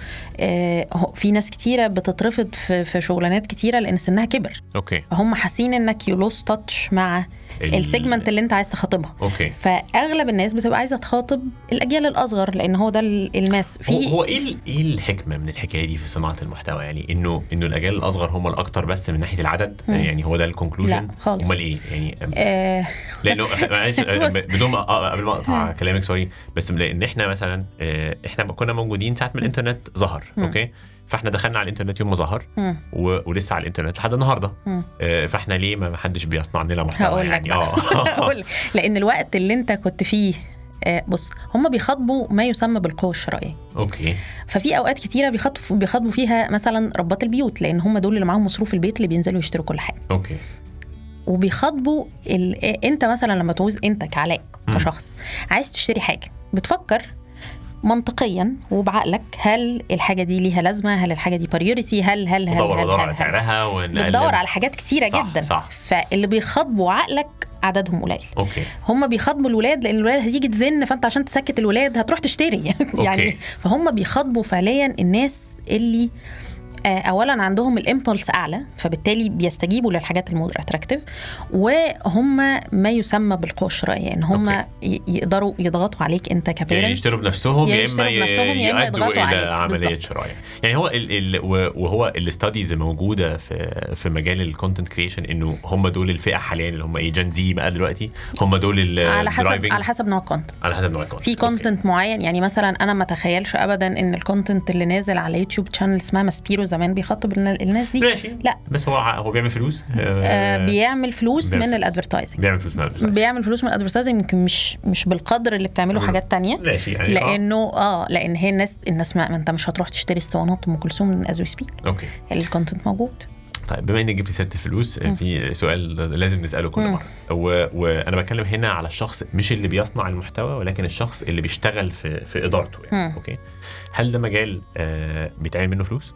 في ناس كتيره بتترفض في شغلانات كتيره لان سنها كبر. اوكي. هم حاسين انك يو لوست تاتش مع السيجمنت اللي انت عايز تخاطبها. اوكي. فاغلب الناس بتبقى عايزه تخاطب الاجيال الاصغر لان هو ده الماس. هو ايه الحكمه من الحكايه دي في صناعه المحتوى؟ يعني انه الاجيال الاصغر هم الاكتر بس من ناحيه العدد؟ يعني هو ده الكونكلوجن؟ امال ايه يعني؟ لانه بدون قبل ما اقطع كلامك سوري، بس لان احنا مثلا احنا كنا موجودين ساعه ما الانترنت ظهر. اوكي. فاحنا دخلنا على الانترنت يوم ما ظهر ولسه على الانترنت لحد النهارده. فاحنا ليه ما حدش بيصنع لنا محتوى يعني؟ لان الوقت اللي انت كنت فيه بص هم بيخاطبوا ما يسمى بالقوة الشرائية. اوكي. ففي اوقات كتيره بيخاطبوا فيها مثلا ربات البيوت لان هم دول اللي معاهم مصروف البيت اللي بينزلوا يشتروا كل حاجه. اوكي. وبيخاطبوا انت مثلا لما تعوز انت كعلاء كشخص عايز تشتري حاجه بتفكر منطقيا وبعقلك هل الحاجه دي ليها لازمه، هل الحاجه دي بريوريتي، هل بدور على سعرها بتدور على حاجات كتيره جدا. صح. فاللي بيخاطبوا عقلك عددهم قليل. اوكي. هم بيخاطبوا الولاد لان الولاد هتيجي تزن فانت عشان تسكت الولاد هتروح تشتري يعني. فهم بيخاطبوا فعليا الناس اللي اولا عندهم الامبولس اعلى فبالتالي بيستجيبوا للحاجات المور اتراكتيف، وهم ما يسمى بالقوة الشرائية ان هم يقدروا يضغطوا عليك انت كبيرنت. يعني يشتروا بنفسهم يا اما يضغطوا الى عمليه شرائيه. يعني هو وهو الاستاديز موجوده في مجال الكونتنت كريشن انه هم دول الفئه حاليا اللي هم جن زي بقى دلوقتي، هم دول على حسب نوع الكونتنت. في كونتنت معين يعني مثلا انا ما اتخيلش ابدا ان الكونتنت اللي نازل على يوتيوب شانل اسمها ماسبيرو زمان بيخاطب الناس دي. ماشي. لا بس هو بيعمل فلوس. بيعمل فلوس من الادفيرتايزنج. بيعمل فلوس من الادفيرتايزنج يمكن مش بالقدر اللي بتعمله حاجات تانية. ماشي يعني لانه لان هي الناس ما انت مش هتروح تشتري اسطوانات ام كلثوم من از وي سبيك. اوكي. الكونتنت موجود. طيب بما انك جبتي سيره الفلوس في سؤال لازم نساله كل مره، وانا بتكلم هنا على الشخص مش اللي بيصنع المحتوى ولكن الشخص اللي بيشتغل في ادارته يعني. اوكي. هل ده مجال بيتعمل منه فلوس؟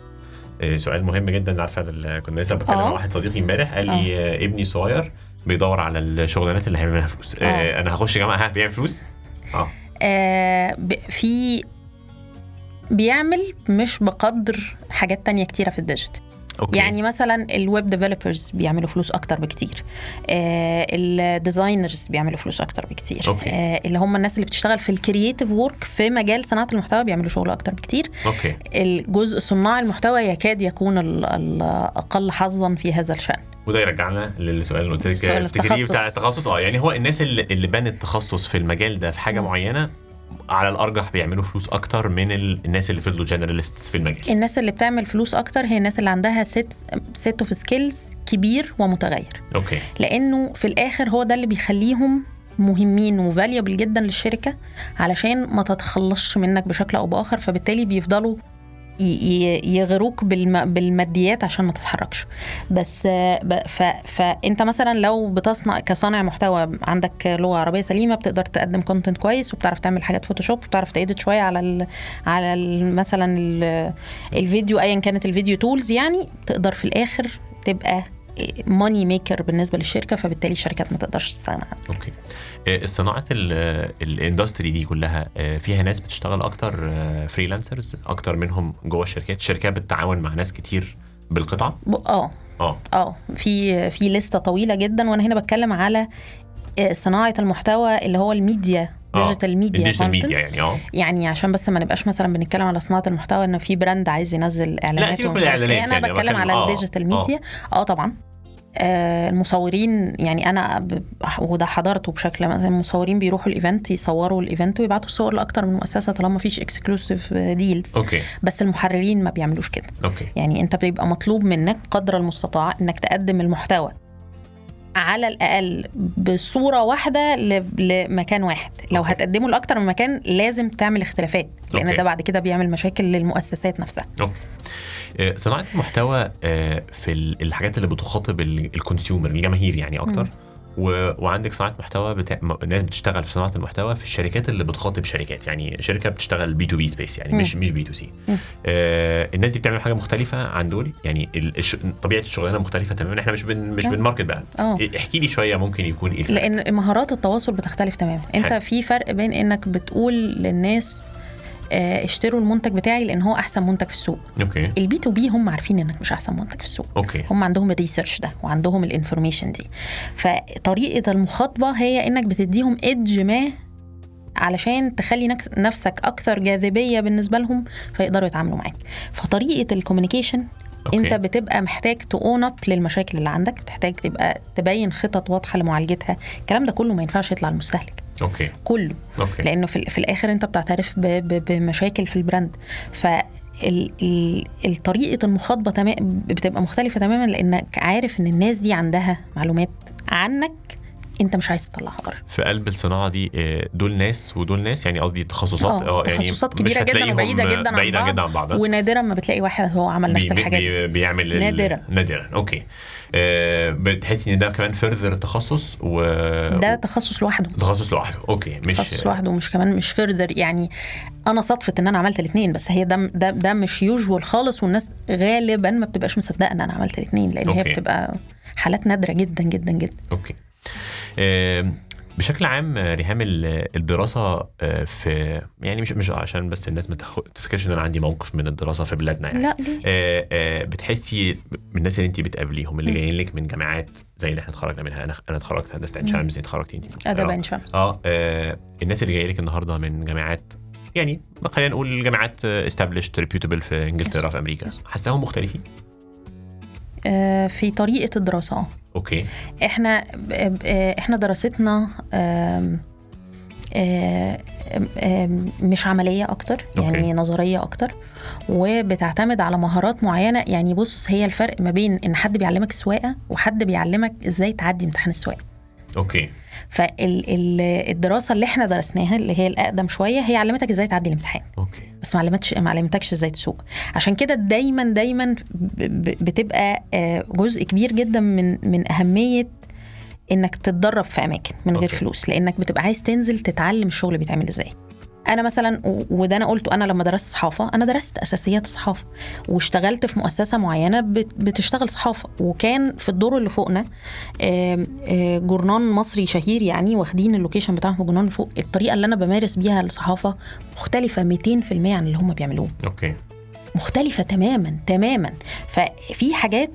سؤال مهم جدا. عارفه كنا لسه بتكلم مع واحد صديقي امبارح قال لي ابني صغير بيدور على الشغلانات اللي هيعمل منها فلوس. انا هخش جامعه بيعمل فلوس؟ في بيعمل مش بقدر حاجات تانية كتيرة في الديجيتال. أوكي. يعني مثلا الويب ديفلوبرز بيعملوا فلوس اكتر بكتير، الديزاينرز بيعملوا فلوس اكتر بكتير. اللي هم الناس اللي بتشتغل في الكرييتيف وورك في مجال صناعه المحتوى بيعملوا شغل اكتر بكتير. أوكي. الجزء صناع المحتوى يكاد يكون الاقل حظا في هذا الشأن. وده يرجعنا للسؤال اللي قلت لك افتكريه بتاع التخصص. يعني هو الناس اللي بنت تخصص في المجال ده في حاجه معينه على الارجح بيعملوا فلوس اكتر من الناس اللي فضلوا جنراليستس في المجال. الناس اللي بتعمل فلوس اكتر هي الناس اللي عندها سيت اوف سكيلز كبير ومتغير. اوكي. لانه في الاخر هو ده اللي بيخليهم مهمين وفاليبل جدا للشركه علشان ما تتخلصش منك بشكل او باخر، فبالتالي بيفضلوا يغروك بالماديات عشان ما تتحركش. بس فانت مثلا لو بتصنع كصانع محتوى عندك لغه عربيه سليمه بتقدر تقدم كونتنت كويس وبتعرف تعمل حاجات فوتوشوب وبتعرف تأديت شويه على مثلا الفيديو ايا كانت الفيديو تولز، يعني تقدر في الاخر تبقى ماني ميكر بالنسبه للشركه، فبالتالي الشركات ما تقدرش تستغنى عنها. اوكي. الصناعه الاندستري دي كلها فيها ناس بتشتغل اكتر فريلانسرز اكتر منهم جوه الشركات بتتعاون مع ناس كتير بالقطعه. في لسته طويله جدا، وانا هنا بتكلم على صناعه المحتوى اللي هو الميديا ديجيتال ميديا يعني عشان بس ما نبقاش مثلا بنتكلم على صناعه المحتوى ان في براند عايز ينزل اعلانات انا بتكلم على الديجيتال ميديا. طبعا المصورين يعني انا وده حضرته بشكل مثلا المصورين بيروحوا الايفنت يصوروا الايفنت ويبعتوا صور لاكتر من مؤسسه طالما ما فيش اكسكلوسيف ديلز. بس المحررين ما بيعملوش كده. يعني انت بيبقى مطلوب منك قدر المستطاع انك تقدم المحتوى على الأقل بصورة واحدة لمكان واحد. لو هتقدمه لأكتر من مكان لازم تعمل اختلافات، لأن ده بعد كده بيعمل مشاكل للمؤسسات نفسها. صناعة المحتوى في الحاجات اللي بتخاطب الكونسيومر الجماهير يعني أكتر، وعندك صناعة محتوى ناس بتشتغل في صناعة المحتوى في الشركات اللي بتخاطب شركات، يعني شركة بتشتغل B2B سبيس يعني مش B2C. الناس دي بتعمل حاجة مختلفة عن دول، يعني طبيعة الشغلانة مختلفة تماما. احنا مش بالماركت بقى. احكي لي شوية ممكن يكون ايه الفرق؟ لأن مهارات التواصل بتختلف تماما. انت في فرق بين انك بتقول للناس اشتروا المنتج بتاعي لان هو احسن منتج في السوق. اوكي. البي تو بي هم عارفين انك مش احسن منتج في السوق. اوكي. هم عندهم الريسيرش ده وعندهم الانفورميشن دي، فطريقه المخاطبه هي انك بتديهم ايدج ما علشان تخلي نفسك اكثر جاذبيه بالنسبه لهم فيقدروا يتعاملوا معاك. فطريقه الكوميونيكيشن انت بتبقى محتاج تون اب للمشاكل اللي عندك، تحتاج تبقى تبين خطط واضحه لمعالجتها. الكلام ده كله ما ينفعش يطلع المستهلك كله. لانه في الاخر انت بتعترف بمشاكل في البراند. فالطريقه المخاطبه بتبقى مختلفه تماما، لانك عارف ان الناس دي عندها معلومات عنك انت مش عايز تطلعها بره. في قلب الصناعه دي دول ناس ودول ناس، يعني قصدي تخصصات يعني تخصصات كبيره جدا وبعيده جدا عن بعض. ونادرا ما بتلاقي واحد هو عمل نفس الحاجات دي. بيعمل نادرا. اوكي. بتحسي ان ده كمان فيرذر تخصص ده تخصص لوحده. اوكي. مش تخصص لوحده، مش كمان مش فيرذر. يعني انا صدفه ان انا عملت الاثنين، بس هي ده مش يوجوال خالص، والناس غالبا ما بتبقاش مصدقه ان انا عملت الاثنين، لان هي بتبقى حالات نادره جدا جدا جدا. اوكي. بشكل عام ريهام، الدراسة في يعني مش عشان بس الناس ما تفكرش ان انا عندي موقف من الدراسة في بلادنا يعني. لا ليه؟ بتحسي من الناس اللي انت بتقابليهم اللي جايين لك من جامعات زي اللي احنا اتخرجنا منها، انا اتخرجت هندسة عين شمس، انت اتخرجتي انت اداب عين شمس. الناس اللي جايه لك النهارده من جامعات يعني خلينا نقول جامعات established reputable في انجلترا في امريكا، حاساهم مختلفين في طريقة الدراسة. اوكي. احنا دراستنا مش عملية اكتر، يعني نظرية اكتر، وبتعتمد على مهارات معينة. يعني بص، هي الفرق ما بين ان حد بيعلمك السواقة وحد بيعلمك ازاي تعدي امتحان السواقة. اوكي. فالدراسة اللي احنا درسناها اللي هي الأقدم شوية هي علمتك ازاي تعدي الامتحان. اوكي. بس ما علمتكش ازاي تسوق. عشان كده دايما بتبقى جزء كبير جدا من أهمية انك تتدرب في اماكن من غير فلوس، لانك بتبقى عايز تنزل تتعلم الشغل بيتعمل ازاي. انا مثلا، وده انا قلته، انا لما درست صحافه انا درست اساسيات الصحافه، واشتغلت في مؤسسه معينه بتشتغل صحافه، وكان في الدور اللي فوقنا جورنال مصري شهير، يعني واخدين اللوكيشن بتاعهم في الجورنال اللي فوق. الطريقه اللي انا بمارس بيها الصحافه مختلفه 200% عن اللي هم بيعملوه. اوكي. مختلفه تماما. ففي حاجات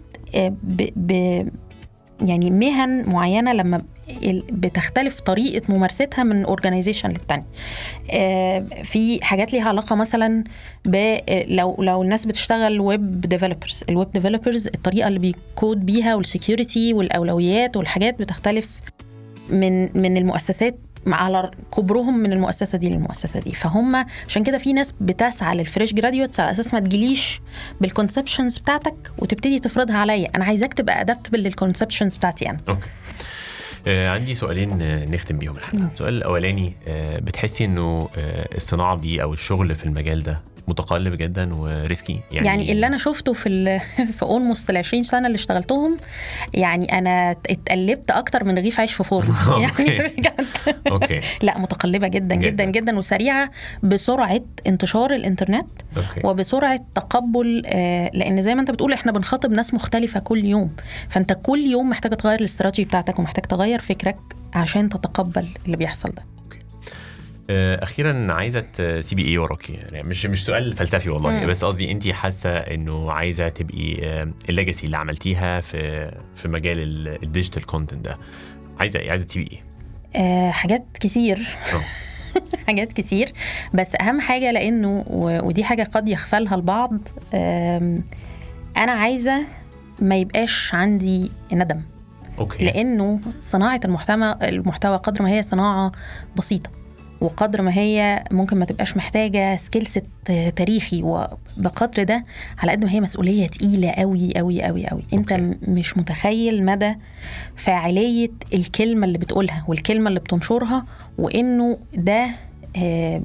يعني مهن معينة لما بتختلف طريقة ممارستها من اورجانيزيشن للتاني. في حاجات ليها علاقة مثلا لو الناس بتشتغل ويب ديفلوبرز، الويب ديفلوبرز الطريقة اللي بيكود بيها والسيكيورتي والأولويات والحاجات بتختلف من المؤسسات على كبرهم من المؤسسة دي للمؤسسة دي. فهم عشان كده في ناس بتسعى للفريش جراديوتس على أساس ما تجيليش بالكونسبشنز بتاعتك وتبتدي تفرضها عليا، أنا عايزاك تبقى أدابتبل للكونسبشنز بتاعتي أنا. أوكي. عندي سؤالين نختم بيهم الحلقة. السؤال الأولاني، بتحسي إنه الصناعة دي أو الشغل في المجال ده متقلب جدا وريسكي؟ يعني اللي انا شفته في اولموست 20 سنه اللي اشتغلتهم، يعني انا اتقلبت اكتر من رغيف عيش في فرن. يعني بجد. اوكي. لا، متقلبه جدا جدا وسريعه بسرعه انتشار الانترنت. وبسرعه تقبل، لان زي ما انت بتقول احنا بنخاطب ناس مختلفه كل يوم، فانت كل يوم محتاج تغير الاستراتيجي بتاعتك ومحتاج تغير فكرك عشان تتقبل اللي بيحصل ده. اخيرا، عايزه تسيبي ايه وراكي؟ يعني مش سؤال فلسفي والله، بس قصدي انت حاسه انه عايزه تبقي الليجاسي اللي عملتيها في مجال الديجيتال كونتنت ده، عايزه تسيبي ايه؟ حاجات كتير. حاجات كتير، بس اهم حاجه، لانه ودي حاجه قد يغفلها البعض، انا عايزه ما يبقاش عندي ندم. أوكي. لانه صناعه المحتوى قدر ما هي صناعه بسيطه، وقدر ما هي ممكن ما تبقاش محتاجة سكيلست تاريخي، وبقدر ده على قد ما هي مسؤولية تقيلة قوي قوي قوي قوي. انت مش متخيل مدى فاعلية الكلمة اللي بتقولها والكلمة اللي بتنشرها، وانه ده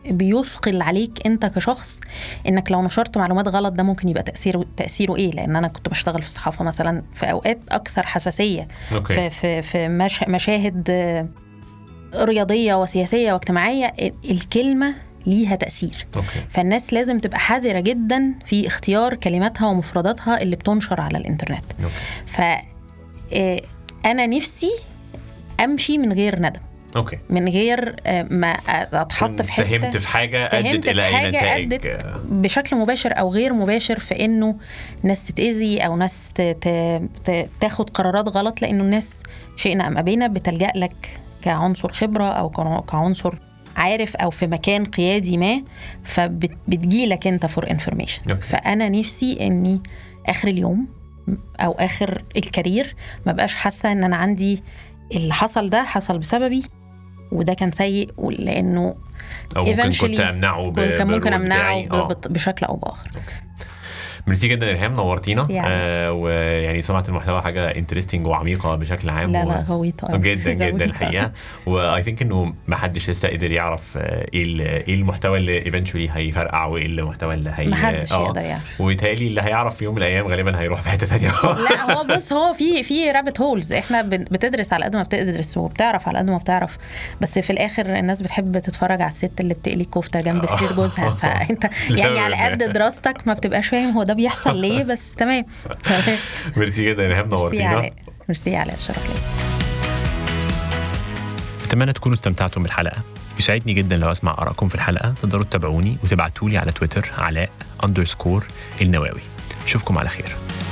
بيثقل عليك انت كشخص انك لو نشرت معلومات غلط ده ممكن يبقى تأثيره ايه. لان انا كنت بشتغل في الصحافة مثلا في اوقات اكثر حساسية في مشاهد رياضية وسياسية واجتماعية، الكلمة ليها تأثير. فالناس لازم تبقى حذرة جدا في اختيار كلماتها ومفرداتها اللي بتنشر على الانترنت. فأنا نفسي أمشي من غير ندم، من غير ما أتحط في حتة ساهمت في حاجة أدت بشكل مباشر أو غير مباشر في إنه ناس تتأذي أو ناس تاخد قرارات غلط، لأنه الناس شئنا أم أبينا بتلجأ لك كعنصر خبرة أو كعنصر عارف أو في مكان قيادي ما، فبتجيلك أنت فور انفورميشن. فأنا نفسي إني آخر اليوم أو آخر الكارير ما بقاش حاسة إن أنا عندي اللي حصل ده حصل بسببي وده كان سيء، لأنه ممكن كنت أمنعه كان ممكن أمنعه بشكل أو بآخر. ميرسي جدا إلهام، نورتينا. ويعني صناعة المحتوى حاجة انترستينج وعميقة بشكل عام. لا غويطة جدا جدا الحقيقة. واي ثينك انه ما حدش لسه قدر يعرف ايه المحتوى اللي ايفنتشولي هيفرقع وايه المحتوى اللي ما حدش يقدر يعرف. ويتهيألي اللي هيعرف في يوم من الايام غالبا هيروح في حتة ثانية. لا هو بص، هو في رابت هولز. احنا بتدرس على قد ما بتدرس وبتعرف على قد ما بتعرف، بس في الاخر الناس بتحب تتفرج على الست اللي بتقلي كوفتة جنب سرير جوزها. فانت يعني على قد دراستك ما بتبقاش فاهم هو ده بيحصل ليه، بس تمام. ميرسي جدا يا إلهام، نورتينا. ميرسي على الشرف لي. أتمنى تكونوا استمتعتم بالحلقة. يسعدني جدا لو أسمع آرائكم في الحلقة. تقدروا تتابعوني وتبعتولي على تويتر علاء_النواوي. أشوفكم على خير.